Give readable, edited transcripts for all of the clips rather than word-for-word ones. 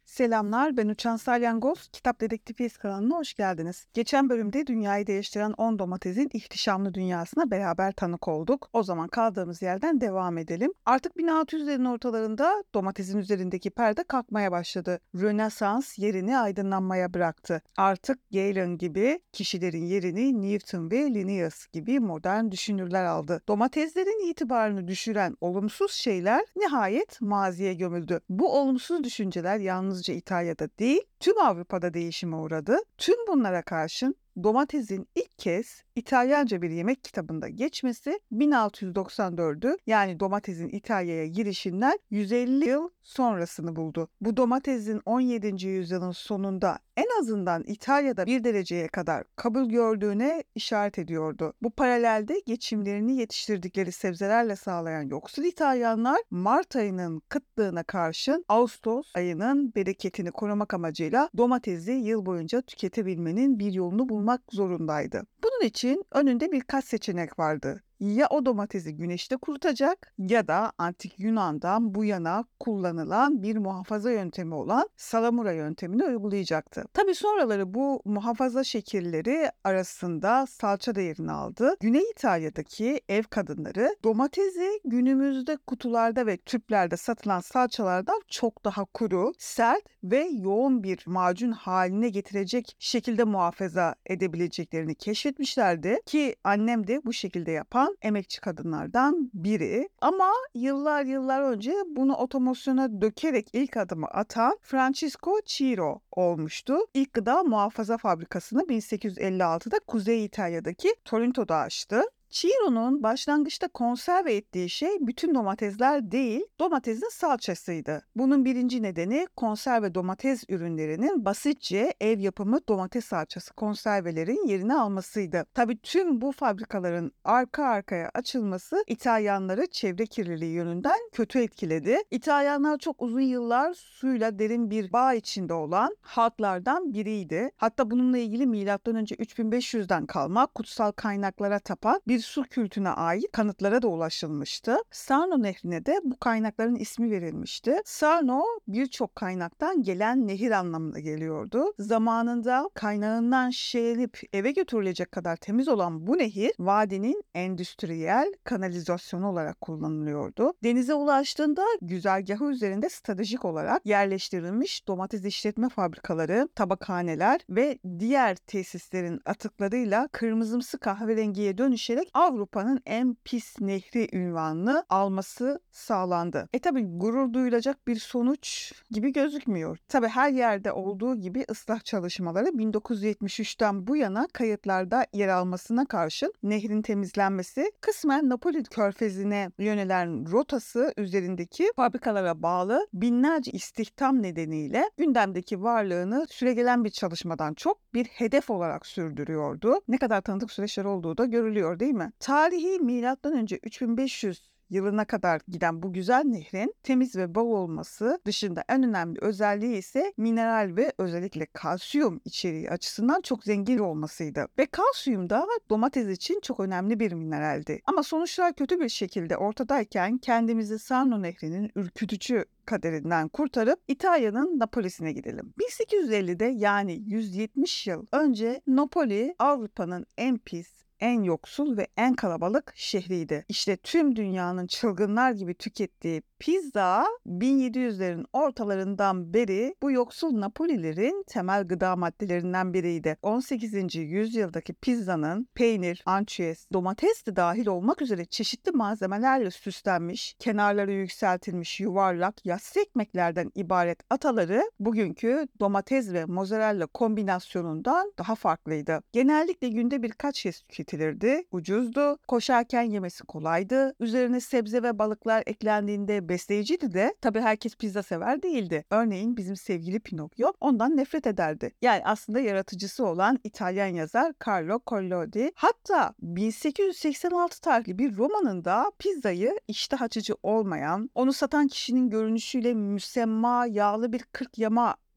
Selamlar, ben Uçan Salyangoz. Kitap Dedektifiyiz kanalına hoş geldiniz. Geçen bölümde dünyayı değiştiren 10 domatesin ihtişamlı dünyasına beraber tanık olduk. O zaman kaldığımız yerden devam edelim. Artık 1600'lerin ortalarında domatesin üzerindeki perde kalkmaya başladı. Rönesans yerini aydınlanmaya bıraktı. Artık Galen gibi kişilerin yerini Newton ve Linnaeus gibi modern düşünürler aldı. Domateslerin itibarını düşüren olumsuz şeyler nihayet maziye gömüldü. Bu olumsuz düşünceler yalnızca İtalya'da değil, tüm Avrupa'da değişime uğradı. Tüm bunlara karşın domatesin ilk kez İtalyanca bir yemek kitabında geçmesi 1694'ü yani domatesin İtalya'ya girişinden 150 yıl sonrasını buldu. Bu domatesin 17. yüzyılın sonunda en azından İtalya'da bir dereceye kadar kabul gördüğüne işaret ediyordu. Bu paralelde geçimlerini yetiştirdikleri sebzelerle sağlayan yoksul İtalyanlar Mart ayının kıtlığına karşın Ağustos ayının bereketini korumak amacıyla domatesi yıl boyunca tüketebilmenin bir yolunu bulmak zorundaydı. Bunun için önünde birkaç seçenek vardı. Ya o domatesi güneşte kurutacak ya da antik Yunan'dan bu yana kullanılan bir muhafaza yöntemi olan salamura yöntemini uygulayacaktı. Tabii sonraları bu muhafaza şekilleri arasında salça da yerini aldı. Güney İtalya'daki ev kadınları domatesi günümüzde kutularda ve tüplerde satılan salçalardan çok daha kuru, sert ve yoğun bir macun haline getirecek şekilde muhafaza edebileceklerini keşfetmişlerdi ki annem de bu şekilde yapan emekçi kadınlardan biri. Ama yıllar önce bunu otomasyona dökerek ilk adımı atan Francisco Ciro olmuştu. İlk gıda muhafaza fabrikasını 1856'da Kuzey İtalya'daki Toronto'da açtı. Ciro'nun başlangıçta konserve ettiği şey bütün domatesler değil, domatesin salçasıydı. Bunun birinci nedeni konserve domates ürünlerinin basitçe ev yapımı domates salçası konservelerin yerini almasıydı. Tabii tüm bu fabrikaların arka arkaya açılması İtalyanları çevre kirliliği yönünden kötü etkiledi. İtalyanlar çok uzun yıllar suyla derin bir bağ içinde olan halklardan biriydi. Hatta bununla ilgili M.Ö. 3500'den kalma kutsal kaynaklara tapan bir su kültüne ait kanıtlara da ulaşılmıştı. Sarno Nehri'ne de bu kaynakların ismi verilmişti. Sarno birçok kaynaktan gelen nehir anlamına geliyordu. Zamanında kaynağından şişelenip eve götürülecek kadar temiz olan bu nehir vadinin endüstriyel kanalizasyonu olarak kullanılıyordu. Denize ulaştığında güzergahı üzerinde stratejik olarak yerleştirilmiş domates işletme fabrikaları, tabakhaneler ve diğer tesislerin atıklarıyla kırmızımsı kahverengiye dönüşerek Avrupa'nın en pis nehri unvanını alması sağlandı. Tabi gurur duyulacak bir sonuç gibi gözükmüyor. Tabi her yerde olduğu gibi ıslah çalışmaları 1973'ten bu yana kayıtlarda yer almasına karşın nehrin temizlenmesi kısmen Napoli Körfezi'ne yönelen rotası üzerindeki fabrikalara bağlı binlerce istihdam nedeniyle gündemdeki varlığını süregelen bir çalışmadan çok bir hedef olarak sürdürüyordu. Ne kadar tanıdık süreçler olduğu da görülüyor değil mi? Tarihi M.Ö. 3500 yılına kadar giden bu güzel nehrin temiz ve bol olması dışında en önemli özelliği ise mineral ve özellikle kalsiyum içeriği açısından çok zengin olmasıydı. Ve kalsiyum da domates için çok önemli bir mineraldi. Ama sonuçlar kötü bir şekilde ortadayken kendimizi Sarno Nehri'nin ürkütücü kaderinden kurtarıp İtalya'nın Napoli'sine gidelim. 1850'de yani 170 yıl önce Napoli Avrupa'nın en pis, en yoksul ve en kalabalık şehriydi. İşte tüm dünyanın çılgınlar gibi tükettiği pizza 1700'lerin ortalarından beri bu yoksul Napolilerin temel gıda maddelerinden biriydi. 18. yüzyıldaki pizzanın peynir, ançüez, domates de dahil olmak üzere çeşitli malzemelerle süslenmiş, kenarları yükseltilmiş yuvarlak yassı ekmeklerden ibaret ataları bugünkü domates ve mozzarella kombinasyonundan daha farklıydı. Genellikle günde birkaç kez tüketilirdi, ucuzdu, koşarken yemesi kolaydı, üzerine sebze ve balıklar eklendiğinde besleyiciydi de tabii herkes pizza sever değildi. Örneğin bizim sevgili Pinokyo ondan nefret ederdi. Yani aslında yaratıcısı olan İtalyan yazar Carlo Collodi hatta 1886 tarihli bir romanında pizzayı iştah açıcı olmayan, onu satan kişinin görünüşüyle müsemma yağlı bir kırk yama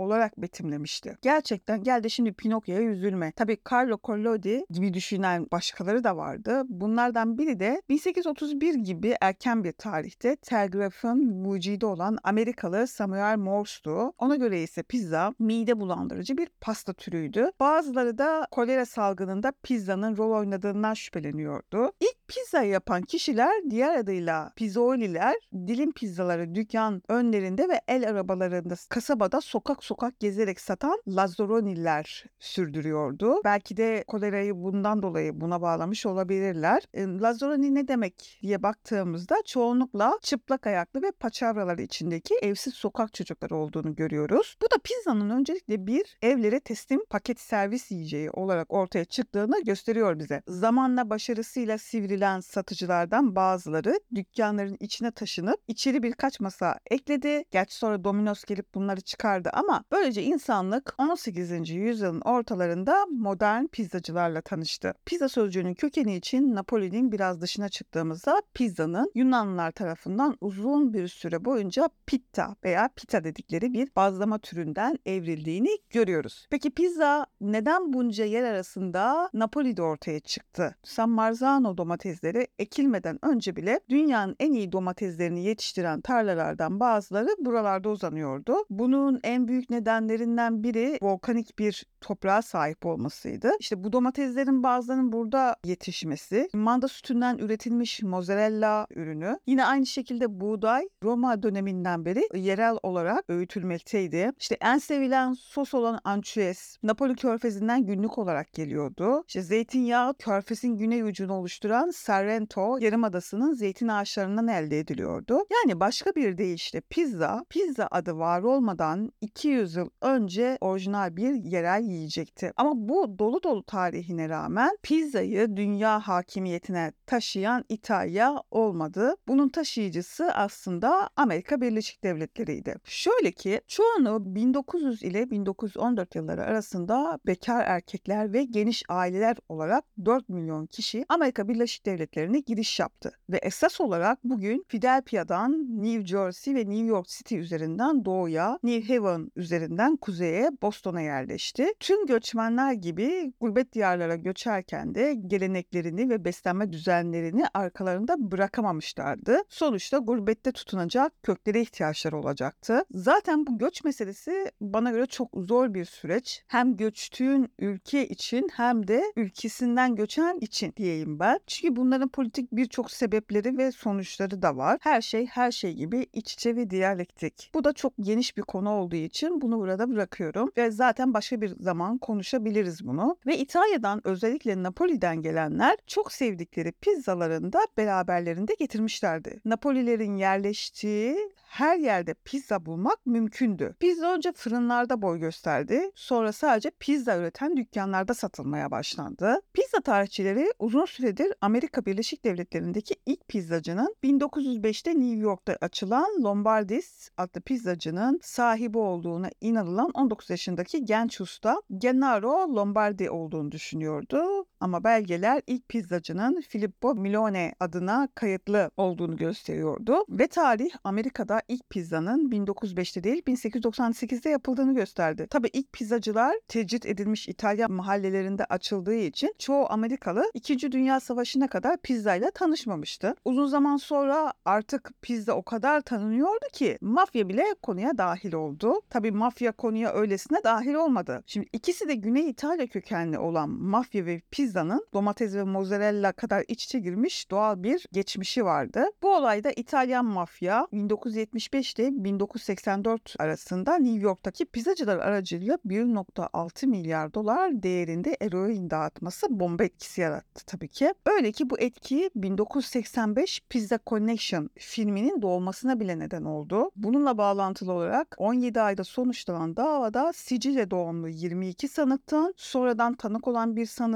olarak betimlemişti. Gerçekten gel de şimdi Pinokyo'ya üzülme. Tabii Carlo Collodi gibi düşünen başkaları da vardı. Bunlardan biri de 1831 gibi erken bir tarihte telgrafın mucidi olan Amerikalı Samuel Morse'tu. Ona göre ise pizza mide bulandırıcı bir pasta türüydü. Bazıları da kolera salgınında pizzanın rol oynadığından şüpheleniyordu. İlk pizza yapan kişiler diğer adıyla pizzoliler, dilim pizzaları dükkan önlerinde ve el arabalarında kasabada sokak sokak gezerek satan lazzaroniler sürdürüyordu. Belki de kolerayı bundan dolayı buna bağlamış olabilirler. Lazzaroni ne demek diye baktığımızda çoğunlukla çıplak ayaklı ve paçavraları içindeki evsiz sokak çocukları olduğunu görüyoruz. Bu da pizzanın öncelikle bir evlere teslim paket servis yiyeceği olarak ortaya çıktığını gösteriyor bize. Zamanla başarısıyla sivrilen satıcılardan bazıları dükkanların içine taşınıp içeri birkaç masa ekledi. Gerçi sonra Domino's gelip bunları çıkardı ama böylece insanlık 18. yüzyılın ortalarında modern pizzacılarla tanıştı. Pizza sözcüğünün kökeni için Napoli'nin biraz dışına çıktığımızda pizzanın Yunanlılar tarafından uzun bir süre boyunca pitta veya pita dedikleri bir bazlama türünden evrildiğini görüyoruz. Peki pizza neden bunca yer arasında Napoli'de ortaya çıktı? San Marzano domatesleri ekilmeden önce bile dünyanın en iyi domateslerini yetiştiren tarlalardan bazıları buralarda uzanıyordu. Bunun en büyük nedenlerinden biri volkanik bir toprağa sahip olmasıydı. İşte bu domateslerin bazılarının burada yetişmesi, manda sütünden üretilmiş mozzarella ürünü, yine aynı şekilde buğday Roma döneminden beri yerel olarak öğütülmekteydi. İşte en sevilen sos olan ançüez Napoli Körfezi'nden günlük olarak geliyordu. İşte zeytinyağı Körfez'in güney ucunu oluşturan Sorrento Yarımadası'nın zeytin ağaçlarından elde ediliyordu. Yani başka bir deyişle pizza adı var olmadan 200 yıl önce orijinal bir yerel yiyecekti. Ama bu dolu dolu tarihine rağmen pizzayı dünya hakimiyetine taşıyan İtalya olmadı. Bunun taşıyıcısı aslında Amerika Birleşik Devletleri'ydi. Şöyle ki çoğunu 1900 ile 1914 yılları arasında bekar erkekler ve geniş aileler olarak 4 milyon kişi Amerika Birleşik Devletleri'ne giriş yaptı. Ve esas olarak bugün Philadelphia'dan New Jersey ve New York City üzerinden doğuya, New Haven üzerinden kuzeye, Boston'a yerleşti. Tüm göçmenler gibi gurbet diyarlara göçerken de geleneklerini ve beslenme düzenlerini arkalarında bırakamamışlardı. Sonuçta gurbette tutunacak köklere ihtiyaçları olacaktı. Zaten bu göç meselesi bana göre çok zor bir süreç. Hem göçtüğün ülke için hem de ülkesinden göçen için diyeyim ben. Çünkü bunların politik birçok sebepleri ve sonuçları da var. Her şey gibi iç içe ve diyalektik. Bu da çok geniş bir konu olduğu için bunu burada bırakıyorum ve zaten başka bir zaman konuşabiliriz bunu. Ve İtalya'dan özellikle Napoli'den gelenler çok sevdikleri pizzalarını da beraberlerinde getirmişlerdi. Napolilerin yerleştiği her yerde pizza bulmak mümkündü. Pizza önce fırınlarda boy gösterdi. Sonra sadece pizza üreten dükkanlarda satılmaya başlandı. Pizza tarihçileri uzun süredir Amerika Birleşik Devletleri'ndeki ilk pizzacının 1905'te New York'ta açılan Lombardis adlı pizzacının sahibi olduğuna inanılan 19 yaşındaki genç usta Gennaro Lombardi olduğunu düşünüyordu. Ama belgeler ilk pizzacının Filippo Milone adına kayıtlı olduğunu gösteriyordu. Ve tarih Amerika'da ilk pizzanın 1905'te değil 1898'de yapıldığını gösterdi. Tabii ilk pizzacılar tecrit edilmiş İtalyan mahallelerinde açıldığı için çoğu Amerikalı 2. Dünya Savaşı'na kadar pizzayla tanışmamıştı. Uzun zaman sonra artık pizza o kadar tanınıyordu ki mafya bile konuya dahil oldu. Tabii mafya konuya öylesine dahil olmadı. Şimdi ikisi de Güney İtalya kökenli olan mafya ve pizzanın domates ve mozzarella kadar iç içe girmiş doğal bir geçmişi vardı. Bu olayda İtalyan mafya 1975 ile 1984 arasında New York'taki pizzacılar aracılığıyla 1,6 milyar dolar değerinde eroin dağıtması bomba etkisi yarattı tabii ki. Öyle ki bu etki 1985 Pizza Connection filminin doğmasına bile neden oldu. Bununla bağlantılı olarak 17 ayda sonuçlanan davada Sicilya doğumlu 22 sanıktan sonradan tanık olan bir sanığın öldürülmesi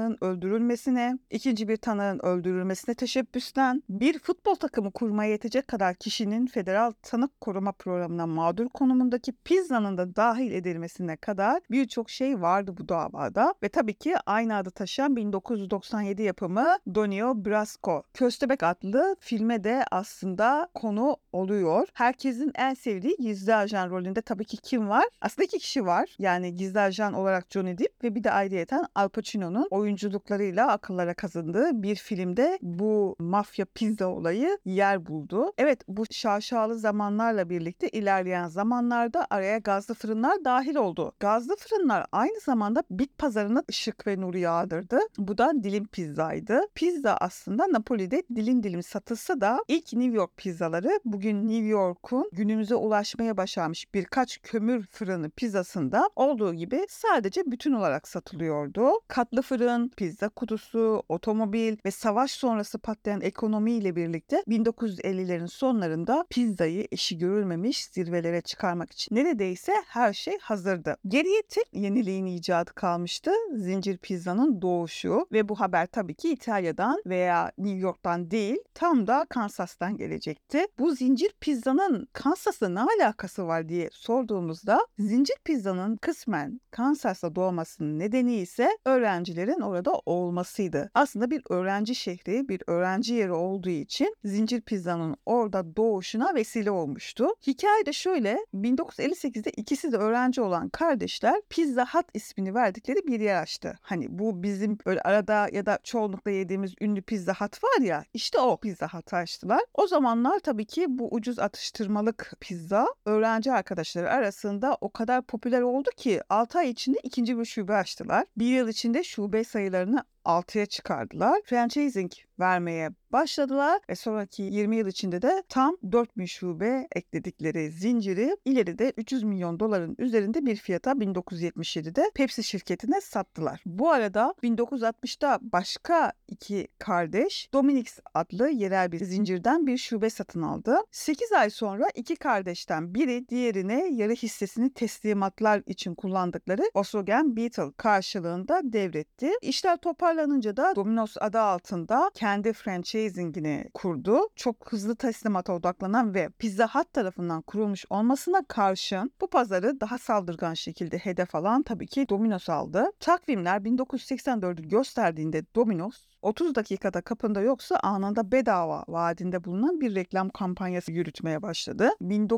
öldürülmesine, ikinci bir tanığın öldürülmesine teşebbüsten, bir futbol takımı kurmaya yetecek kadar kişinin federal tanık koruma programına mağdur konumundaki pizzanın da dahil edilmesine kadar birçok şey vardı bu davada. Ve tabii ki aynı adı taşıyan 1997 yapımı Donnie Brasco Köstebek adlı filme de aslında konu oluyor. Herkesin en sevdiği gizli ajan rolünde tabii ki kim var? Aslında iki kişi var. Yani gizli ajan olarak Johnny Depp ve bir de ayrıyeten Al Pacino'nun oyunculuklarıyla akıllara kazındığı bir filmde bu mafya pizza olayı yer buldu. Evet, bu şaşalı zamanlarla birlikte ilerleyen zamanlarda araya gazlı fırınlar dahil oldu. Gazlı fırınlar aynı zamanda bit pazarına ışık ve nur yağdırdı. Bu da dilim pizzaydı. Pizza aslında Napoli'de dilim dilim satılsa da ilk New York pizzaları bugün New York'un günümüze ulaşmaya başlamış birkaç kömür fırını pizzasında olduğu gibi sadece bütün olarak satılıyordu. Katlı fırın, pizza kutusu, otomobil ve savaş sonrası patlayan ekonomiyle birlikte 1950'lerin sonlarında pizzayı eşi görülmemiş zirvelere çıkarmak için neredeyse her şey hazırdı. Geriye tek yeniliğin icadı kalmıştı: zincir pizzanın doğuşu ve bu haber tabii ki İtalya'dan veya New York'tan değil, tam da Kansas'tan gelecekti. Bu zincir pizzanın Kansas'la ne alakası var diye sorduğumuzda zincir pizzanın kısmen Kansas'ta doğmasının nedeni ise öğrencilerin orada olmasıydı. Aslında bir öğrenci şehri, bir öğrenci yeri olduğu için zincir pizzanın orada doğuşuna vesile olmuştu. Hikaye de şöyle: 1958'de ikisi de öğrenci olan kardeşler Pizza Hut ismini verdikleri bir yer açtı. Hani bu bizim böyle arada ya da çoğunlukla yediğimiz ünlü Pizza Hut var ya, işte o Pizza Hut'ı açtılar. O zamanlar tabii ki bu ucuz atıştırmalık pizza öğrenci arkadaşları arasında o kadar popüler oldu ki 6 ay içinde ikinci bir şube açtılar. Bir yıl içinde şube sayılarını 6'ya çıkardılar. Franchising vermeye başladılar ve sonraki 20 yıl içinde de tam 4000 şube ekledikleri zinciri ileride 300 milyon doların üzerinde bir fiyata 1977'de Pepsi şirketine sattılar. Bu arada 1960'da başka iki kardeş Dominick's adlı yerel bir zincirden bir şube satın aldı. 8 ay sonra iki kardeşten biri diğerine yarı hissesini teslimatlar için kullandıkları Volkswagen Beetle karşılığında devretti. İşler toparlanınca da Domino's adı altında kendi franchising'ini kurdu. Çok hızlı teslimata odaklanan ve Pizza Hut tarafından kurulmuş olmasına karşın bu pazarı daha saldırgan şekilde hedef alan tabii ki Domino's aldı. Takvimler 1984'ü gösterdiğinde Domino's 30 dakikada kapında yoksa anında bedava vaadinde bulunan bir reklam kampanyası yürütmeye başladı.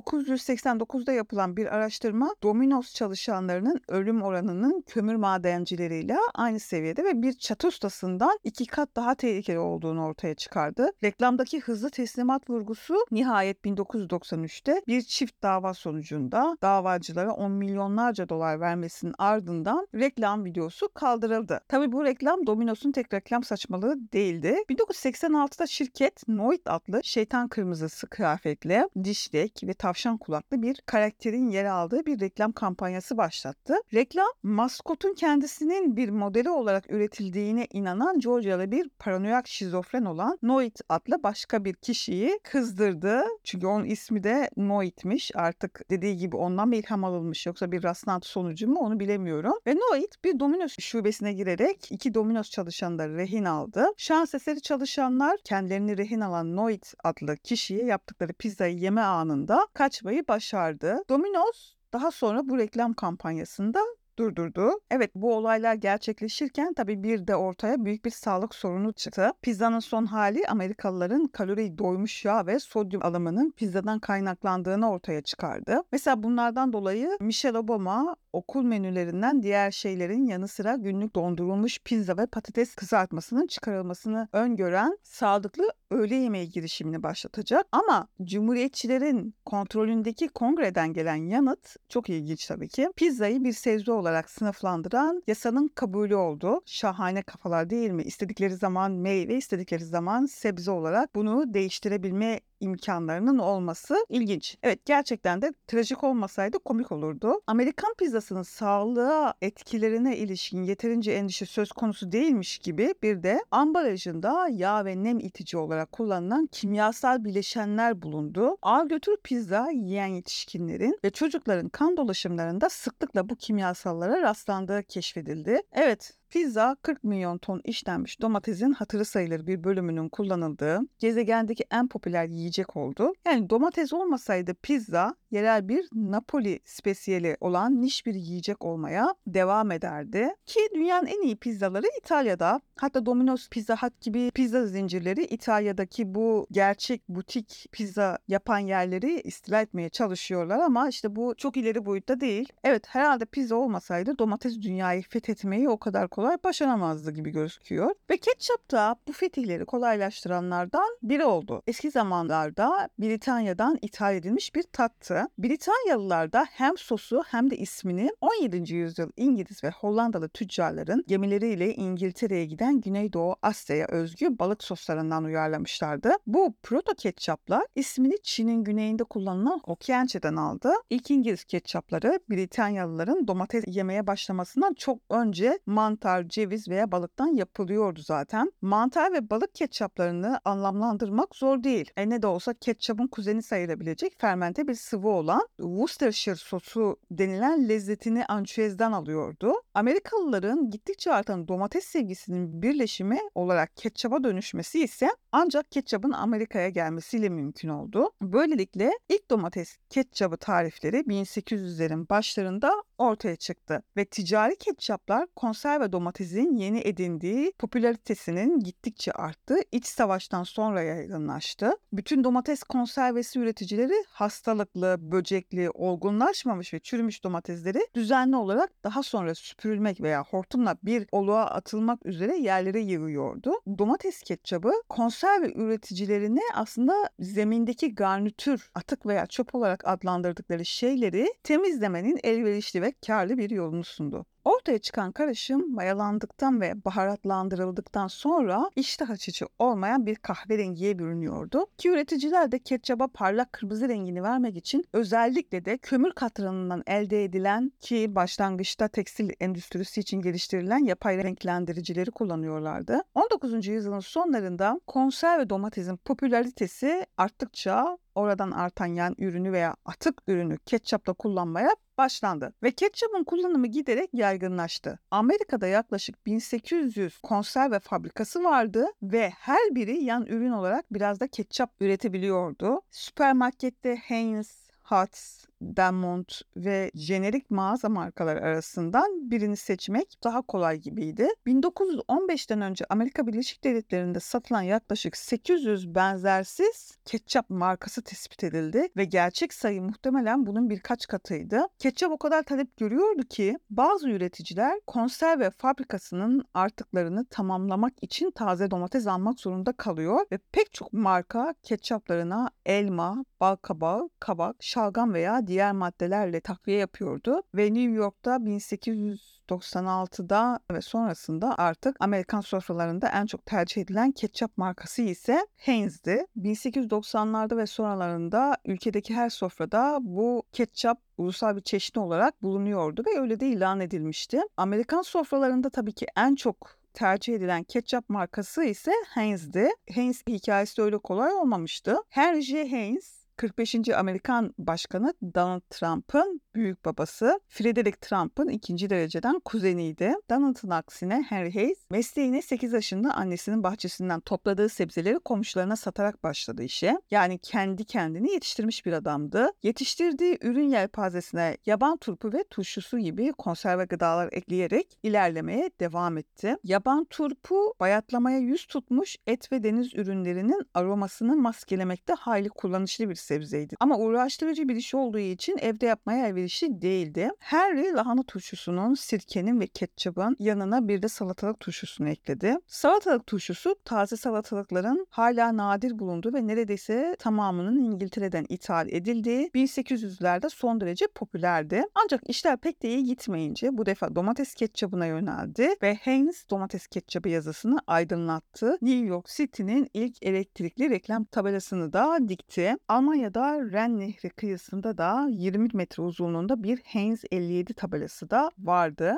1989'da yapılan bir araştırma Domino's çalışanlarının ölüm oranının kömür madencileriyle aynı seviyede ve bir çatı ustasından 2 kat daha tehlikeli olduğunu ortaya çıkardı. Reklamdaki hızlı teslimat vurgusu nihayet 1993'te bir çift dava sonucunda davacılara 10 milyonlarca dolar vermesinin ardından reklam videosu kaldırıldı. Tabii bu reklam Domino's'un tek reklam saçmalığı değildi. 1986'da şirket Noid adlı şeytan kırmızısı kıyafetli, dişlek ve tavşan kulaklı bir karakterin yer aldığı bir reklam kampanyası başlattı. Reklam, maskotun kendisinin bir modeli olarak üretildiğine inanan Georgia'lı bir paranoyak şizofren olan Noid adlı başka bir kişiyi kızdırdı. Çünkü onun ismi de Noid'miş. Artık dediği gibi ondan mı ilham alınmış yoksa bir rastlantı sonucu mu onu bilemiyorum. Ve Noid bir Domino's şubesine girerek iki Domino's çalışanları rehin aldı. Şans eseri çalışanlar kendilerini rehin alan Noid adlı kişiye yaptıkları pizzayı yeme anında kaçmayı başardı. Domino's daha sonra bu reklam kampanyasında durdurdu. Evet, bu olaylar gerçekleşirken tabii bir de ortaya büyük bir sağlık sorunu çıktı. Pizzanın son hali Amerikalıların kalori doymuş yağ ve sodyum alımının pizzadan kaynaklandığını ortaya çıkardı. Mesela bunlardan dolayı Michelle Obama okul menülerinden diğer şeylerin yanı sıra günlük dondurulmuş pizza ve patates kızartmasının çıkarılmasını öngören sağlıklı öğle yemeği girişimini başlatacak. Ama Cumhuriyetçilerin kontrolündeki kongreden gelen yanıt çok ilginç tabii ki. Pizzayı bir sebze olarak sınıflandıran yasanın kabulü oldu. Şahane kafalar değil mi? İstedikleri zaman meyve, istedikleri zaman sebze olarak bunu değiştirebilme imkanlarının olması ilginç. Evet, gerçekten de trajik olmasaydı komik olurdu. Amerikan pizzasının sağlığa etkilerine ilişkin yeterince endişe söz konusu değilmiş gibi bir de ambalajında yağ ve nem itici olarak kullanılan kimyasal bileşenler bulundu. Al götür pizza yiyen yetişkinlerin ve çocukların kan dolaşımlarında sıklıkla bu kimyasallara rastlandığı keşfedildi. Evet, Pizza 40 milyon ton işlenmiş domatesin hatırı sayılır bir bölümünün kullanıldığı gezegendeki en popüler yiyecek oldu. Yani domates olmasaydı pizza yerel bir Napoli spesiyeli olan niş bir yiyecek olmaya devam ederdi. Ki dünyanın en iyi pizzaları İtalya'da. Hatta Domino's, Pizza Hut gibi pizza zincirleri İtalya'daki bu gerçek butik pizza yapan yerleri istila etmeye çalışıyorlar ama işte bu çok ileri boyutta değil. Evet, herhalde pizza olmasaydı domates dünyayı fethetmeyi o kadar kolay başaramazdı gibi gözüküyor. Ve ketçap da bu fetihleri kolaylaştıranlardan biri oldu. Eski zamanlarda Britanya'dan ithal edilmiş bir tattı. Britanyalılar da hem sosu hem de ismini 17. yüzyıl İngiliz ve Hollandalı tüccarların gemileriyle İngiltere'ye giden Güneydoğu Asya'ya özgü balık soslarından uyarlamışlardı. Bu proto ketçaplar ismini Çin'in güneyinde kullanılan Okyançe'den aldı. İlk İngiliz ketçapları Britanyalıların domates yemeye başlamasından çok önce mantar, ceviz veya balıktan yapılıyordu zaten. Mantar ve balık ketçaplarını anlamlandırmak zor değil. Ne de olsa ketçapın kuzeni sayılabilecek fermente bir sıvı olan Worcestershire sosu denilen lezzetini ançüezden alıyordu. Amerikalıların gittikçe artan domates sevgisinin birleşimi olarak ketçaba dönüşmesi ise ancak ketçabın Amerika'ya gelmesiyle mümkün oldu. Böylelikle ilk domates ketçabı tarifleri 1800'lerin başlarında ortaya çıktı ve ticari ketçaplar konserve domatesin yeni edindiği popülaritesinin gittikçe arttığı iç savaştan sonra yaygınlaştı. Bütün domates konservesi üreticileri hastalıklı, böcekli, olgunlaşmamış ve çürümüş domatesleri düzenli olarak daha sonra süpürülmek veya hortumla bir oluğa atılmak üzere yerlere yığıyordu. Domates ketçabı konserve üreticilerine aslında zemindeki garnitür, atık veya çöp olarak adlandırdıkları şeyleri temizlemenin elverişli ve kârlı bir yolunu sundu. Ortaya çıkan karışım mayalandıktan ve baharatlandırıldıktan sonra iştah açıcı olmayan bir kahverengiye bürünüyordu. Ki üreticiler de ketçaba parlak kırmızı rengini vermek için özellikle de kömür katranından elde edilen ki başlangıçta tekstil endüstrisi için geliştirilen yapay renklendiricileri kullanıyorlardı. 19. yüzyılın sonlarında konserve domatesin popülaritesi arttıkça oradan artan yan ürünü veya atık ürünü ketçapta kullanmaya başlandı ve ketçapın kullanımı giderek yaygınlaştı. Amerika'da yaklaşık 1800 konserve fabrikası vardı ve her biri yan ürün olarak biraz da ketçap üretebiliyordu. Süpermarkette Heinz, Hutz, Danmont ve jenerik mağaza markaları arasından birini seçmek daha kolay gibiydi. 1915'ten önce Amerika Birleşik Devletleri'nde satılan yaklaşık 800 benzersiz ketçap markası tespit edildi ve gerçek sayı muhtemelen bunun birkaç katıydı. Ketçap o kadar talep görüyordu ki bazı üreticiler konserve fabrikasının artıklarını tamamlamak için taze domates almak zorunda kalıyor ve pek çok marka ketçaplarına elma, bal kabağı, kabak, şalgam veya diğer maddelerle takviye yapıyordu ve New York'ta 1896'da ve sonrasında artık Amerikan sofralarında en çok tercih edilen ketçap markası ise Heinz'di. 1890'larda ve sonralarında ülkedeki her sofrada bu ketçap ulusal bir çeşni olarak bulunuyordu ve öyle de ilan edilmişti. Amerikan sofralarında tabii ki en çok tercih edilen ketçap markası ise Heinz'di. Heinz hikayesi de öyle kolay olmamıştı. Henry J. Heinz 45. Amerikan Başkanı Donald Trump'ın büyük babası, Frederick Trump'ın ikinci dereceden kuzeniydi. Donald'ın aksine Henry Hayes mesleğine 8 yaşında annesinin bahçesinden topladığı sebzeleri komşularına satarak başladı işe. Yani kendi kendini yetiştirmiş bir adamdı. Yetiştirdiği ürün yelpazesine yaban turpu ve turşusu gibi konserve gıdalar ekleyerek ilerlemeye devam etti. Yaban turpu bayatlamaya yüz tutmuş et ve deniz ürünlerinin aromasını maskelemekte hayli kullanışlı bir sebzeydi. Ama uğraştırıcı bir iş olduğu için evde yapmaya elverişli değildi. Henry lahana turşusunun, sirkenin ve ketçabın yanına bir de salatalık turşusunu ekledi. Salatalık turşusu taze salatalıkların hala nadir bulunduğu ve neredeyse tamamının İngiltere'den ithal edildiği 1800'lerde son derece popülerdi. Ancak işler pek de iyi gitmeyince bu defa domates ketçabına yöneldi ve Heinz domates ketçabı yazısını aydınlattı. New York City'nin ilk elektrikli reklam tabelasını da dikti. Almanya Almanya'da Ren Nehri kıyısında da 20 metre uzunluğunda bir Heinz 57 tabelası da vardı.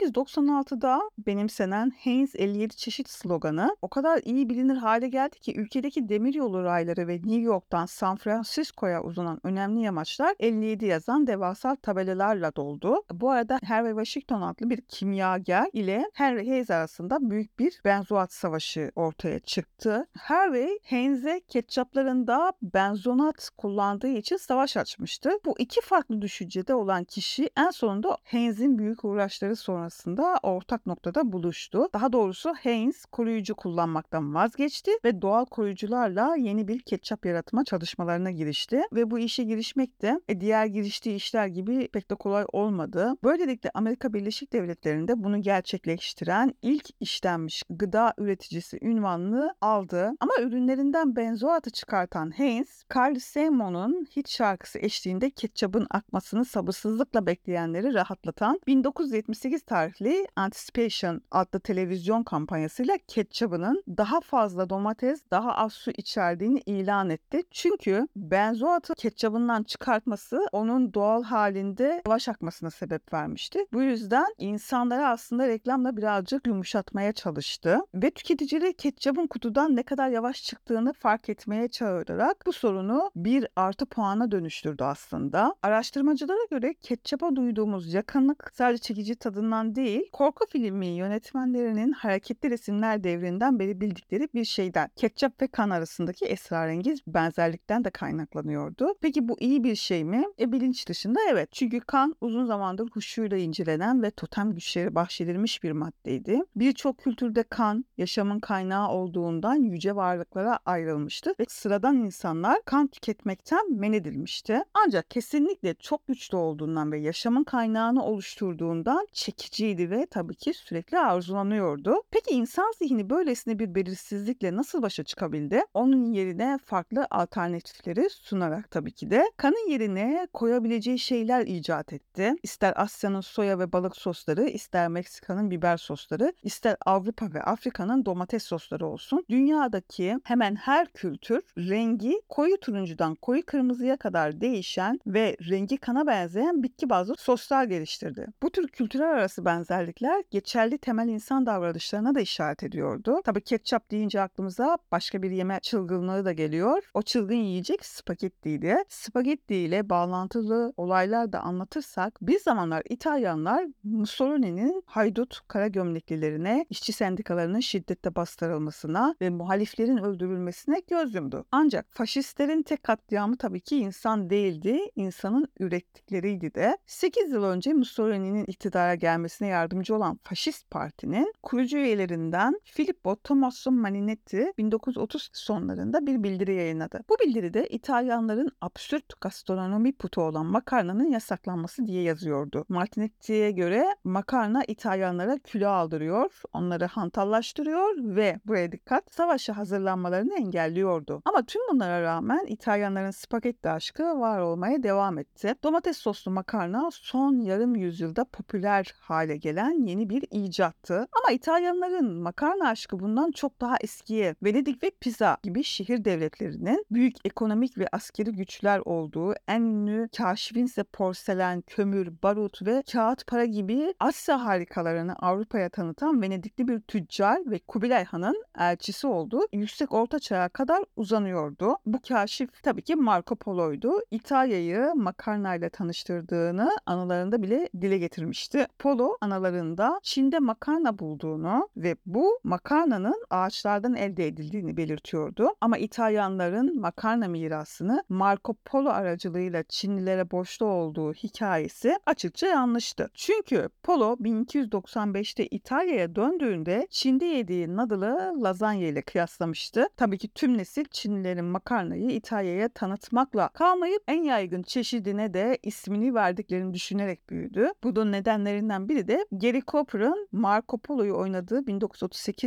1896'da benimsenen Heinz 57 çeşit sloganı o kadar iyi bilinir hale geldi ki ülkedeki demiryolu rayları ve New York'tan San Francisco'ya uzanan önemli yamaçlar 57 yazan devasa tabelalarla doldu. Bu arada Harvey Washington adlı bir kimyager ile Henry Hayes arasında büyük bir benzoat savaşı ortaya çıktı. Harvey, Heinz'e ketçaplarında benzonat kullandığı için savaş açmıştı. Bu iki farklı düşüncede olan kişi en sonunda Heinz'in büyük uğraşları sonrasında ortak noktada buluştu. Daha doğrusu Heinz koruyucu kullanmaktan vazgeçti ve doğal koruyucularla yeni bir ketçap yaratma çalışmalarına girişti. Ve bu işe girişmek de diğer giriştiği işler gibi pek de kolay olmadı. Böylelikle Amerika Birleşik Devletleri'nde bunu gerçekleştiren ilk işlenmiş gıda üreticisi unvanını aldı. Ama ürünlerinden benzoatı çıkartan Heinz, Carl Seymour'un hit şarkısı eşliğinde ketçabın akmasını sabırsızlıkla bekleyenleri rahatlatan 1978 tarihli Anticipation adlı televizyon kampanyasıyla ketçabının daha fazla domates, daha az su içerdiğini ilan etti. Çünkü benzoatı ketçabından çıkartması onun doğal halinde yavaş akmasına sebep vermişti. Bu yüzden insanlara aslında reklamla birazcık yumuşatmaya çalıştı ve tüketicileri ketçabın kutudan ne kadar yavaş çıktığını fark etmeye çağırarak bu sorunu bir artı puana dönüştürdü aslında. Araştırmacılara göre ketçaba duyduğumuz yakınlık sadece çekici tadından değil, korku filmi yönetmenlerinin hareketli resimler devrinden beri bildikleri bir şeyden, ketçap ve kan arasındaki esrarengiz benzerlikten de kaynaklanıyordu. Peki bu iyi bir şey mi? Bilinç dışında evet. Çünkü kan uzun zamandır huşuyla incelenen ve totem güçleri bahşedilmiş bir maddeydi. Birçok kültürde kan yaşamın kaynağı olduğundan yüce varlıklara ayrılmıştı ve sıradan insanlar kan tüketmekten men edilmişti. Ancak kesinlikle çok güçlü olduğundan ve yaşamın kaynağını oluşturduğundan çekiciydi ve tabii ki sürekli arzulanıyordu. Peki insan zihni böylesine bir belirsizlikle nasıl başa çıkabildi? Onun yerine farklı alternatifleri sunarak tabii ki de kanın yerine koyabileceği şeyler icat etti. İster Asya'nın soya ve balık sosları, ister Meksika'nın biber sosları, ister Avrupa ve Afrika'nın domates sosları olsun. Dünyadaki hemen her kültür rengi koyu turuncudan koyu kırmızıya kadar değişen ve rengi kana benzeyen bitki bazlı soslar geliştirdi. Bu tür kültürel arası benzerlikler geçerli temel insan davranışlarına da işaret ediyordu. Tabii ketçap deyince aklımıza başka bir yeme çılgınlığı da geliyor. O çılgın yiyecek spagettiydi. Spagetti ile bağlantılı olaylar da anlatırsak bir zamanlar İtalyanlar Mussolini'nin haydut kara gömleklilerine, işçi sendikalarının şiddetle bastırılmasına ve muhaliflerin öldürülmesine göz yumdu. Ancak faşistlerin tek katliamı tabii ki insan değildi, insanın ürettikleriydi de. 8 yıl önce Mussolini'nin iktidara gelmesine yardımcı olan faşist partinin kurucu üyelerinden Filippo Tommaso Marinetti 1930 sonlarında bir bildiri yayınladı. Bu bildiride İtalyanların absürt gastronomi putu olan makarnanın yasaklanması diye yazıyordu. Martinetti'ye göre makarna İtalyanlara kilo aldırıyor, onları hantallaştırıyor ve buraya dikkat, savaşa hazırlanmalarını engelliyordu. Ama tüm bunlara rağmen İtalyanların spagetti aşkı var olmaya devam etti. Domates soslu makarna son yarım yüzyılda popüler hale gelen yeni bir icattı. Ama İtalyanların makarna aşkı bundan çok daha eskiye, Venedik ve Pisa gibi şehir devletlerinin büyük ekonomik ve askeri güçler olduğu, en ünlü kaşifin ise porselen, kömür, barut ve kağıt para gibi Asya harikalarını Avrupa'ya tanıtan Venedikli bir tüccar ve Kubilay Han'ın elçisi olduğu yüksek orta çağa kadar uzanıyordu. Bu kaşif tabii ki Marco Polo'ydu. İtalya'yı makarnayla tanıştırdığını anılarında bile dile getirmişti. Polo anılarında Çin'de makarna bulduğunu ve bu makarnanın ağaçlardan elde edildiğini belirtiyordu. Ama İtalyanların makarna mirasını Marco Polo aracılığıyla Çinlilere borçlu olduğu hikayesi açıkça yanlıştı. Çünkü Polo 1295'te İtalya'ya döndüğünde Çin'de yediği noodle'ı lazanya ile kıyaslamıştı. Tabii ki tüm nesil Çinlilerin makarnayı İtalya'ya tanıtmakla kalmayıp en yaygın çeşidine de ismini verdiklerini düşünerek büyüdü. Bu da nedenlerinden biri de Gary Cooper'ın Marco Polo'yu oynadığı 1938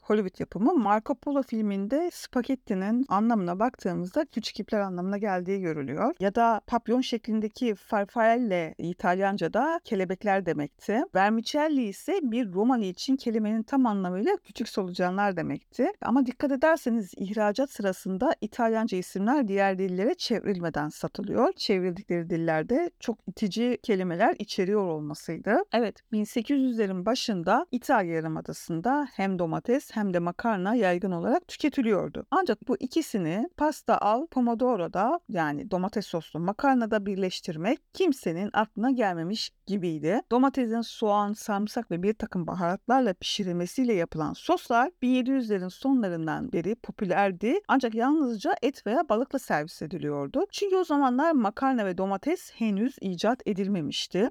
Hollywood yapımı. Marco Polo filminde spagettinin anlamına baktığımızda küçük ipler anlamına geldiği görülüyor. Ya da papyon şeklindeki farfalle İtalyanca'da kelebekler demekti. Vermicelli ise bir Romalı için kelimenin tam anlamıyla küçük solucanlar demekti. Ama dikkat ederseniz ihracat sırasında İtalyanca isimler diğer dillere çevrilmeden satılıyor. Çevrildikleri dillerde çok itici kelimeler içeriyor olmasıydı. Evet, 1800'lerin başında İtalya Yarımadası'nda hem domates hem de makarna yaygın olarak tüketiliyordu. Ancak bu ikisini pasta al pomodoro'da, yani domates soslu makarnada birleştirmek kimsenin aklına gelmemiş gibiydi. Domatesin soğan, sarımsak ve bir takım baharatlarla pişirilmesiyle yapılan soslar 1700'lerin sonlarından beri popülerdi. Ancak yalnızca et veya balıkla servis ediliyordu. Çünkü o zamanlar makarna ve domates henüz icat edilmemişti.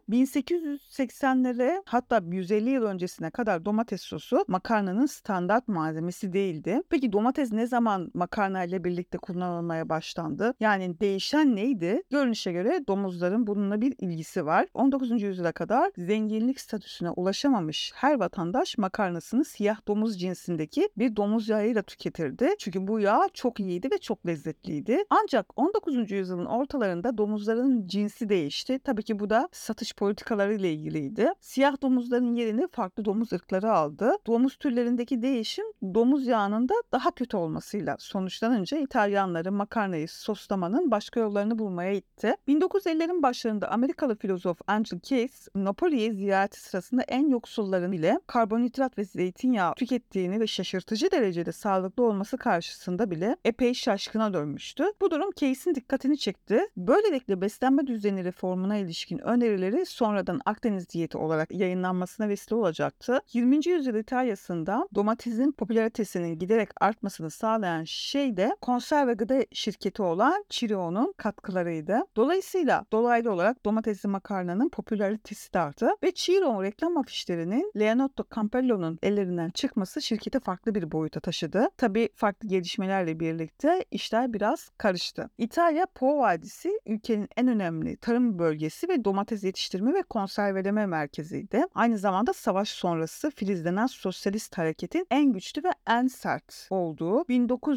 1880'lere, hatta 150 yıl öncesine kadar domates sosu makarnanın standart malzemesi değildi. Peki domates ne zaman makarna ile birlikte kullanılmaya başlandı? Yani değişen neydi? Görünüşe göre domuzların bununla bir ilgisi var. 19. yüzyıla kadar zenginlik statüsüne ulaşamamış her vatandaş makarnasını siyah domuz cinsindeki bir domuz yağıyla tüketirdi. Çünkü bu yağ çok iyiydi ve çok lezzetliydi. Ancak 19. yüzyılın ortalarında domuzların cinsi değişti. Tabii ki bu da satış politikaları ile ilgiliydi. Siyah domuzların yerini farklı domuz ırkları aldı. Domuz türlerindeki değişim domuz yağının da daha kötü olmasıyla sonuçlanınca İtalyanları makarnayı soslamanın başka yollarını bulmaya itti. 1950'lerin başlarında Amerikalı filozof Angel Case, Napoli'yi ziyareti sırasında en yoksulların bile karbonhidrat ve zeytinyağı tükettiğini ve şaşırtıcı derecede sağlıklı olması karşısında bile epey şaşkına dönmüştü. Bu durum Case'in dikkatini çekti. Böylelikle beslenme düzeni reformuna ilişkin önerileri sonradan Akdeniz diyeti olarak yayınlanmasına vesile olacaktı. 20. yüzyıl İtalya'sında domatesin popülaritesinin giderek artmasını sağlayan şey de konserve gıda şirketi olan Ciro'nun katkılarıydı. Dolayısıyla dolaylı olarak domatesli makarnanın popülaritesi de arttı ve Ciro reklam afişlerinin Leonardo Campello'nun ellerinden çıkması şirketi farklı bir boyuta taşıdı. Tabii farklı gelişmelerle birlikte işler biraz karıştı. İtalya, Po Vadisi ülkenin en önemli tarım bölgesi ve domates yetiştirme ve konserveleme merkeziydi. Aynı zamanda savaş sonrası filizlenen sosyalist hareketin en güçlü ve en sert olduğu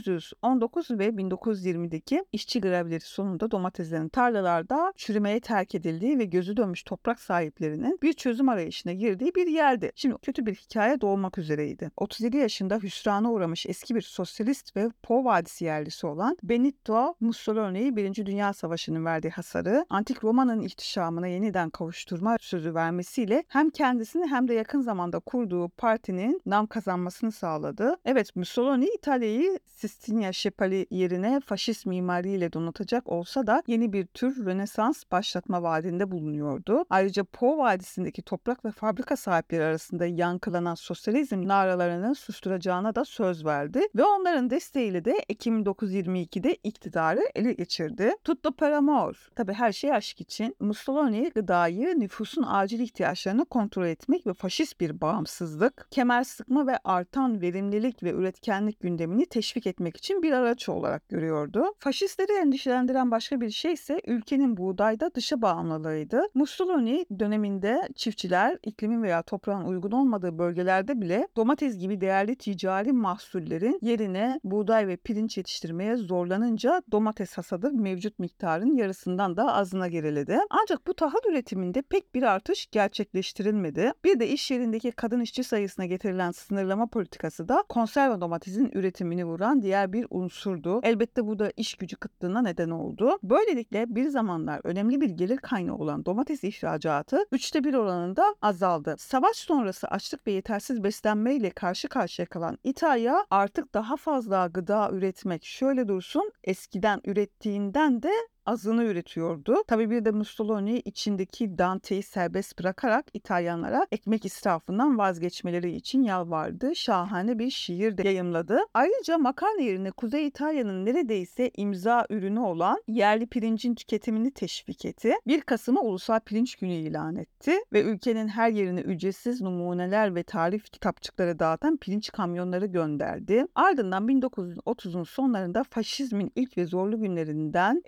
1919 ve 1920'deki işçi grevleri sonunda domateslerin tarlalarda çürümeye terk edildiği ve gözü dönmüş toprak sahiplerinin bir çözüm arayışına girdiği bir yerdi. Şimdi kötü bir hikaye doğmak üzereydi. 37 yaşında hüsrana uğramış eski bir sosyalist ve Po Vadisi yerlisi olan Benito Mussolini 1. Dünya Savaşı'nın verdiği hasarı Antik Roma'nın ihtişamına yeniden kavuşturma sözü vermesiyle hem kendisini hem de yakın zamanda kurduğu partinin nam kazanmasını sağladı. Evet, Mussolini İtalya'yı Sistine Şepali yerine faşist mimariyle donatacak olsa da yeni bir tür Rönesans başlatma vaadinde bulunuyordu. Ayrıca Po Vadisi'ndeki toprak ve fabrika sahipleri arasında yankılanan sosyalizm naralarını susturacağına da söz verdi ve onların desteğiyle de Ekim 1922'de iktidarı ele geçirdi. Tutto per amor. Tabii her şey aşk için. Mussolini gıdayı, nüfusun acil ihtiyaçlarını kontrol etmek ve faşist bir bağımsızlık, kemer sıkma ve artan verimlilik ve üretkenlik gündemini teşvik etmek için bir araç olarak görüyordu. Faşistleri endişelendiren başka bir şey ise ülkenin buğdayda dışa bağımlılığıydı. Mussolini döneminde çiftçiler iklimin veya toprağın uygun olmadığı bölgelerde bile domates gibi değerli ticari mahsullerin yerine buğday ve pirinç yetiştirmeye zorlanınca domates hasadı mevcut miktarın yarısından da azına geriledi. Ancak bu tahıl üretiminde pek bir artış gerçekleştirilmedi. Bir de iş yerindeki kadın işçi sayısına getirilen sınırlama politikası da konserve domatesin üretimini vuran diğer bir unsurdu. Elbette bu da iş gücü kıtlığına neden oldu. Böylelikle bir zamanlar önemli bir gelir kaynağı olan domates ihracatı 1/3 oranında azaldı. Savaş sonrası açlık ve yetersiz beslenmeyle karşı karşıya kalan İtalya artık daha fazla gıda üretmek, şöyle dursun, eskiden ürettiğinden de azını üretiyordu. Tabii bir de Mussolini içindeki Dante'yi serbest bırakarak İtalyanlara ekmek israfından vazgeçmeleri için yalvardı. Şahane bir şiir de yayımladı. Ayrıca makarna yerine Kuzey İtalya'nın neredeyse imza ürünü olan yerli pirincin tüketimini teşvik etti. 1 Kasım'ı Ulusal Pirinç Günü ilan etti ve ülkenin her yerine ücretsiz numuneler ve tarif kitapçıkları dağıtan pirinç kamyonları gönderdi. Ardından 1930'un sonlarında faşizmin ilk ve zorlu günlerinden eski bir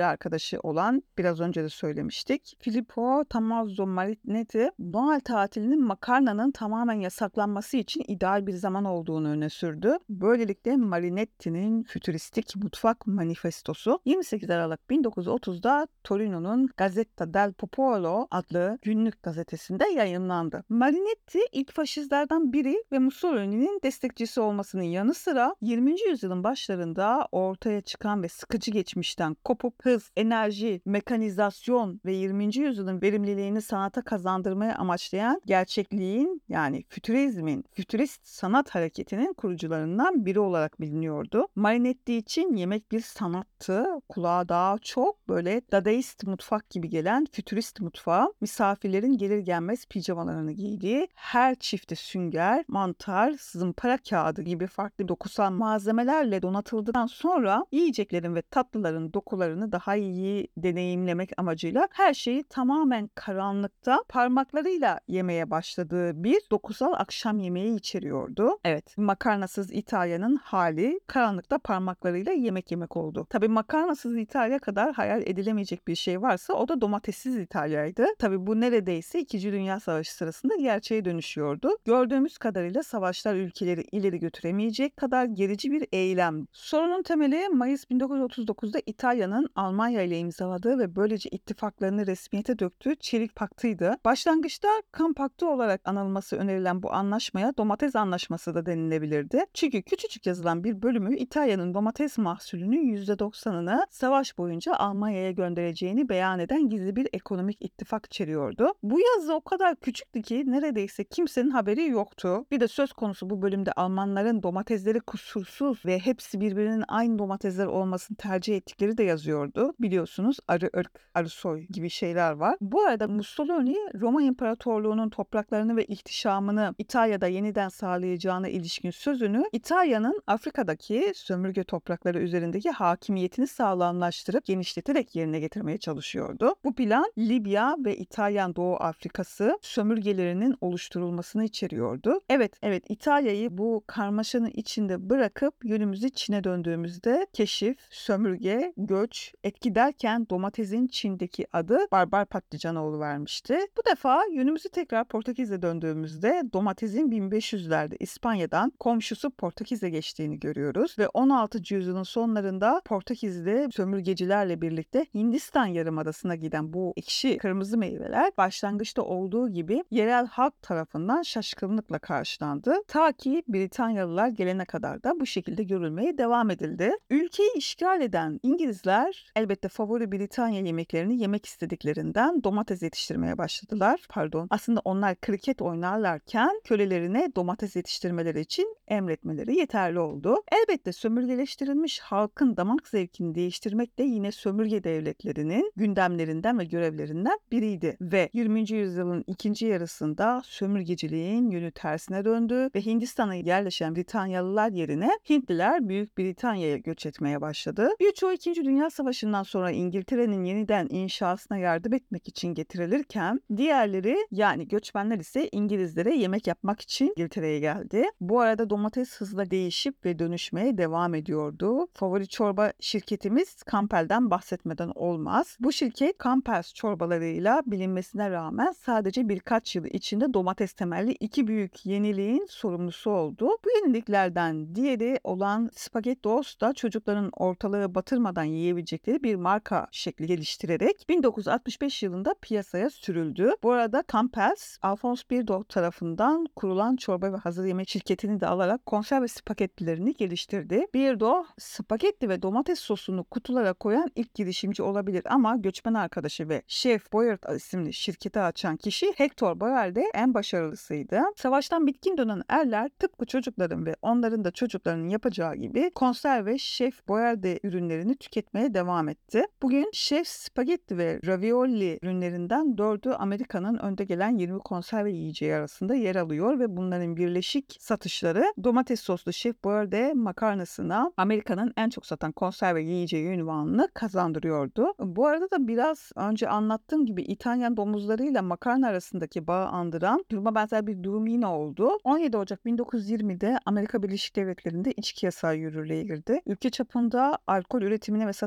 favori arkadaşı olan, biraz önce de söylemiştik, Filippo Tommaso Marinetti, Noel tatilinin makarnanın tamamen yasaklanması için ideal bir zaman olduğunu öne sürdü. Böylelikle Marinetti'nin fütüristik mutfak manifestosu 28 Aralık 1930'da Torino'nun Gazzetta del Popolo adlı günlük gazetesinde yayınlandı. Marinetti ilk faşistlerden biri ve Mussolini'nin destekçisi olmasının yanı sıra 20. yüzyılın başlarında ortaya çıkan ve sıkıcı geçmişten kopup hız, enerji, mekanizasyon ve 20. yüzyılın verimliliğini sanata kazandırmaya amaçlayan gerçekliğin, yani fütürizmin, fütürist sanat hareketinin kurucularından biri olarak biliniyordu. Marinetti için yemek bir sanattı. Kulağa daha çok böyle dadaist mutfak gibi gelen fütürist mutfağı, misafirlerin gelir gelmez pijamalarını giydiği, her çifte sünger, mantar, zımpara kağıdı gibi farklı dokusal malzemelerle donatıldıktan sonra yiyeceklerin ve tatlıların dokularını daha iyi deneyimlemek amacıyla her şeyi tamamen karanlıkta parmaklarıyla yemeye başladığı bir dokusal akşam yemeği içeriyordu. Evet, makarnasız İtalya'nın hali karanlıkta parmaklarıyla yemek oldu. Tabii makarnasız İtalya kadar hayal edilemeyecek bir şey varsa o da domatessiz İtalya'ydı. Tabii bu neredeyse 2. Dünya Savaşı sırasında gerçeğe dönüşüyordu. Gördüğümüz kadarıyla savaşlar ülkeleri ileri götüremeyecek kadar gerici bir eylem. Sorunun temeli Mayıs 1939'da İtalya'nın Almanya ile imzaladığı ve böylece ittifaklarını resmiyete döktüğü Çelik Paktı'ydı. Başlangıçta Kan Paktı olarak anılması önerilen bu anlaşmaya Domates Anlaşması da denilebilirdi. Çünkü küçücük yazılan bir bölümü İtalya'nın domates mahsulünün %90'ını savaş boyunca Almanya'ya göndereceğini beyan eden gizli bir ekonomik ittifak içeriyordu. Bu yazı o kadar küçüktü ki neredeyse kimsenin haberi yoktu. Bir de söz konusu bu bölümde Almanların domatesleri kusursuz ve hepsi birbirinin aynı domatesler olmasını tercih ettikleri de yazıyordu. Biliyorsunuz arı ırk, arı soy gibi şeyler var. Bu arada Mussolini Roma İmparatorluğu'nun topraklarını ve ihtişamını İtalya'da yeniden sağlayacağına ilişkin sözünü İtalya'nın Afrika'daki sömürge toprakları üzerindeki hakimiyetini sağlamlaştırıp genişleterek yerine getirmeye çalışıyordu. Bu plan Libya ve İtalyan Doğu Afrikası sömürgelerinin oluşturulmasını içeriyordu. Evet, İtalya'yı bu karmaşanın içinde bırakıp yönümüzü Çin'e döndüğümüzde keşif, sömürge, göç, etki derken domatesin Çin'deki adı barbar patlıcanı oluvermişti. Bu defa yönümüzü tekrar Portekiz'e döndüğümüzde domatesin 1500'lerde İspanya'dan komşusu Portekiz'e geçtiğini görüyoruz ve 16. yüzyılın sonlarında Portekiz'de sömürgecilerle birlikte Hindistan Yarımadası'na giden bu ekşi kırmızı meyveler başlangıçta olduğu gibi yerel halk tarafından şaşkınlıkla karşılandı. Ta ki Britanyalılar gelene kadar da bu şekilde görülmeye devam edildi. Ülkeyi işgal eden İngilizler elbette favori Britanya yemeklerini yemek istediklerinden domates yetiştirmeye başladılar. Aslında onlar kriket oynarlarken kölelerine domates yetiştirmeleri için emretmeleri yeterli oldu. Elbette sömürgeleştirilmiş halkın damak zevkini değiştirmek de yine sömürge devletlerinin gündemlerinden ve görevlerinden biriydi ve 20. yüzyılın ikinci yarısında sömürgeciliğin yönü tersine döndü ve Hindistan'a yerleşen Britanyalılar yerine Hintliler Büyük Britanya'ya göç etmeye başladı. Birçoğu 2. Dünya Savaşı'ndan sonra İngiltere'nin yeniden inşasına yardım etmek için getirilirken diğerleri, yani göçmenler ise İngilizlere yemek yapmak için İngiltere'ye geldi. Bu arada domates hızla değişip ve dönüşmeye devam ediyordu. Favori çorba şirketimiz Campbell'den bahsetmeden olmaz. Bu şirket Campbell's çorbalarıyla bilinmesine rağmen sadece birkaç yıl içinde domates temelli 2 büyük yeniliğin sorumlusu oldu. Bu yeniliklerden diğeri olan SpaghettiOs da çocukların ortalığı batırmadan yiyebilecekleri bir marka şekli geliştirerek 1965 yılında piyasaya sürüldü. Bu arada Campbell's, Alphonse Birdo tarafından kurulan çorba ve hazır yemek şirketini de alarak konserve spagettilerini geliştirdi. Birdo, spagetti ve domates sosunu kutulara koyan ilk girişimci olabilir ama göçmen arkadaşı ve Chef Boyardee isimli şirketi açan kişi Hector Boyer de en başarılısıydı. Savaştan bitkin dönen erler tıpkı çocukların ve onların da çocuklarının yapacağı gibi konserve Chef Boyardee ürünlerini tüketmeye devam etti. Bugün Chef Spaghetti ve Ravioli ürünlerinden 4'ü Amerika'nın önde gelen 20 konserve yiyeceği arasında yer alıyor ve bunların birleşik satışları domates soslu Chef Boyardee makarnasına Amerika'nın en çok satan konserve yiyeceği ünvanını kazandırıyordu. Bu arada da biraz önce anlattığım gibi İtalyan domuzlarıyla makarna arasındaki bağı andıran duruma benzer bir durum yine oldu. 17 Ocak 1920'de Amerika Birleşik Devletleri'nde içki yasağı yürürlüğe girdi. Ülke çapında alkol üretimine ve satışına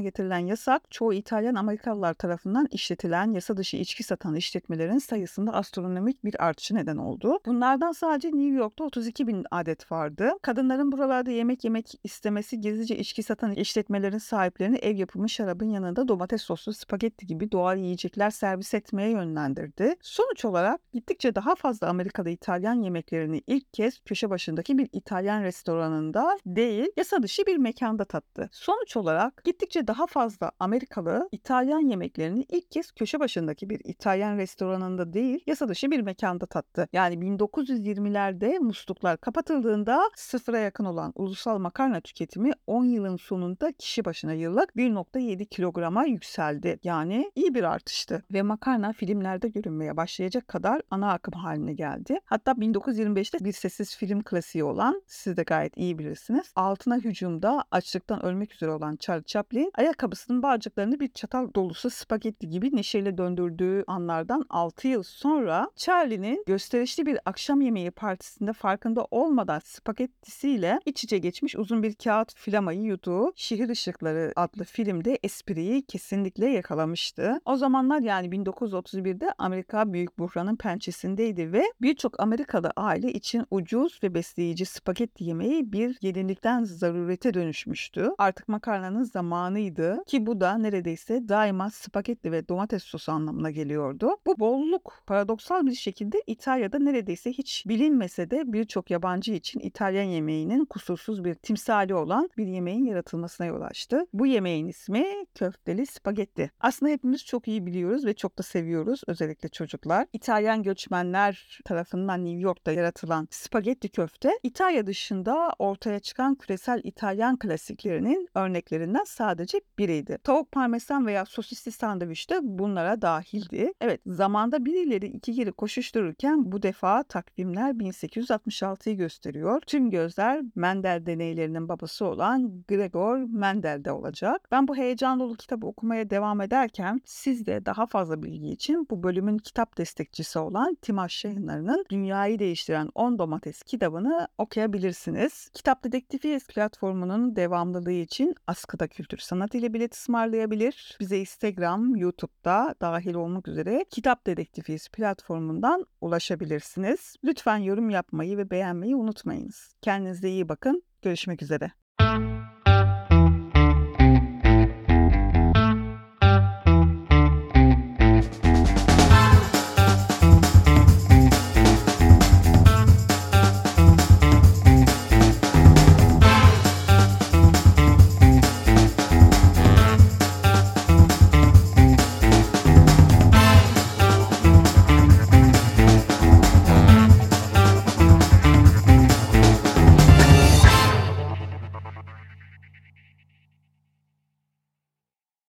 getirilen yasak, çoğu İtalyan Amerikalılar tarafından işletilen yasa dışı içki satan işletmelerin sayısında astronomik bir artışa neden oldu. Bunlardan sadece New York'ta 32 bin adet vardı. Kadınların buralarda yemek istemesi gizlice içki satan işletmelerin sahiplerini ev yapımı şarabın yanında domates soslu spagetti gibi doğal yiyecekler servis etmeye yönlendirdi. Sonuç olarak gittikçe daha fazla Amerikalı İtalyan yemeklerini ilk kez köşe başındaki bir İtalyan restoranında değil, yasa dışı bir mekanda tattı. Sonuç olarak gittikçe daha fazla Amerikalı İtalyan yemeklerini ilk kez köşe başındaki bir İtalyan restoranında değil, yasa dışı bir mekanda tattı. Yani 1920'lerde musluklar kapatıldığında sıfıra yakın olan ulusal makarna tüketimi 10 yılın sonunda kişi başına yıllık 1,7 kilograma yükseldi. Yani iyi bir artıştı ve makarna filmlerde görünmeye başlayacak kadar ana akım haline geldi. Hatta 1925'te bir sessiz film klasiği olan, siz de gayet iyi bilirsiniz, Altına Hücum'da açlıktan ölmek üzere olan Charlie Chaplin ayakkabısının bağcıklarını bir çatal dolusu spagetti gibi neşeyle döndürdüğü anlardan 6 yıl sonra Charlie'nin gösterişli bir akşam yemeği partisinde farkında olmadan spagettisiyle iç içe geçmiş uzun bir kağıt flamayı yuttuğu Şehir Işıkları adlı filmde espriyi kesinlikle yakalamıştı. O zamanlar yani 1931'de Amerika büyük buhranın pençesindeydi ve birçok Amerikalı aile için ucuz ve besleyici spagetti yemeği bir yenilikten zarurete dönüşmüştü. Artık makarnanın zamanıydı ki bu da neredeyse daima spagetti ve domates sosu anlamına geliyordu. Bu bolluk paradoksal bir şekilde İtalya'da neredeyse hiç bilinmese de birçok yabancı için İtalyan yemeğinin kusursuz bir timsali olan bir yemeğin yaratılmasına yol açtı. Bu yemeğin ismi köfteli spagetti. Aslında hepimiz çok iyi biliyoruz ve çok da seviyoruz, özellikle çocuklar. İtalyan göçmenler tarafından New York'ta yaratılan spagetti köfte, İtalya dışında ortaya çıkan küresel İtalyan klasiklerinin örneklerinden sadece biriydi. Tavuk parmesan veya sosisli sandviç de bunlara dahildi. Evet, zamanda bir ileri iki geri koşuştururken bu defa takvimler 1866'yı gösteriyor. Tüm gözler Mendel deneylerinin babası olan Gregor Mendel'de olacak. Ben bu heyecan dolu kitabı okumaya devam ederken siz de daha fazla bilgi için bu bölümün kitap destekçisi olan Timaş Yayınları'nın Dünyayı Değiştiren 10 Domates kitabını okuyabilirsiniz. Kitap Dedektifi platformunun devamlılığı için Askıda Kültür Sanat ile bilet ısmarlayabilir. Bize Instagram, YouTube'da dahil olmak üzere Kitap Dedektifi platformundan ulaşabilirsiniz. Lütfen yorum yapmayı ve beğenmeyi unutmayınız. Kendinize iyi bakın. Görüşmek üzere.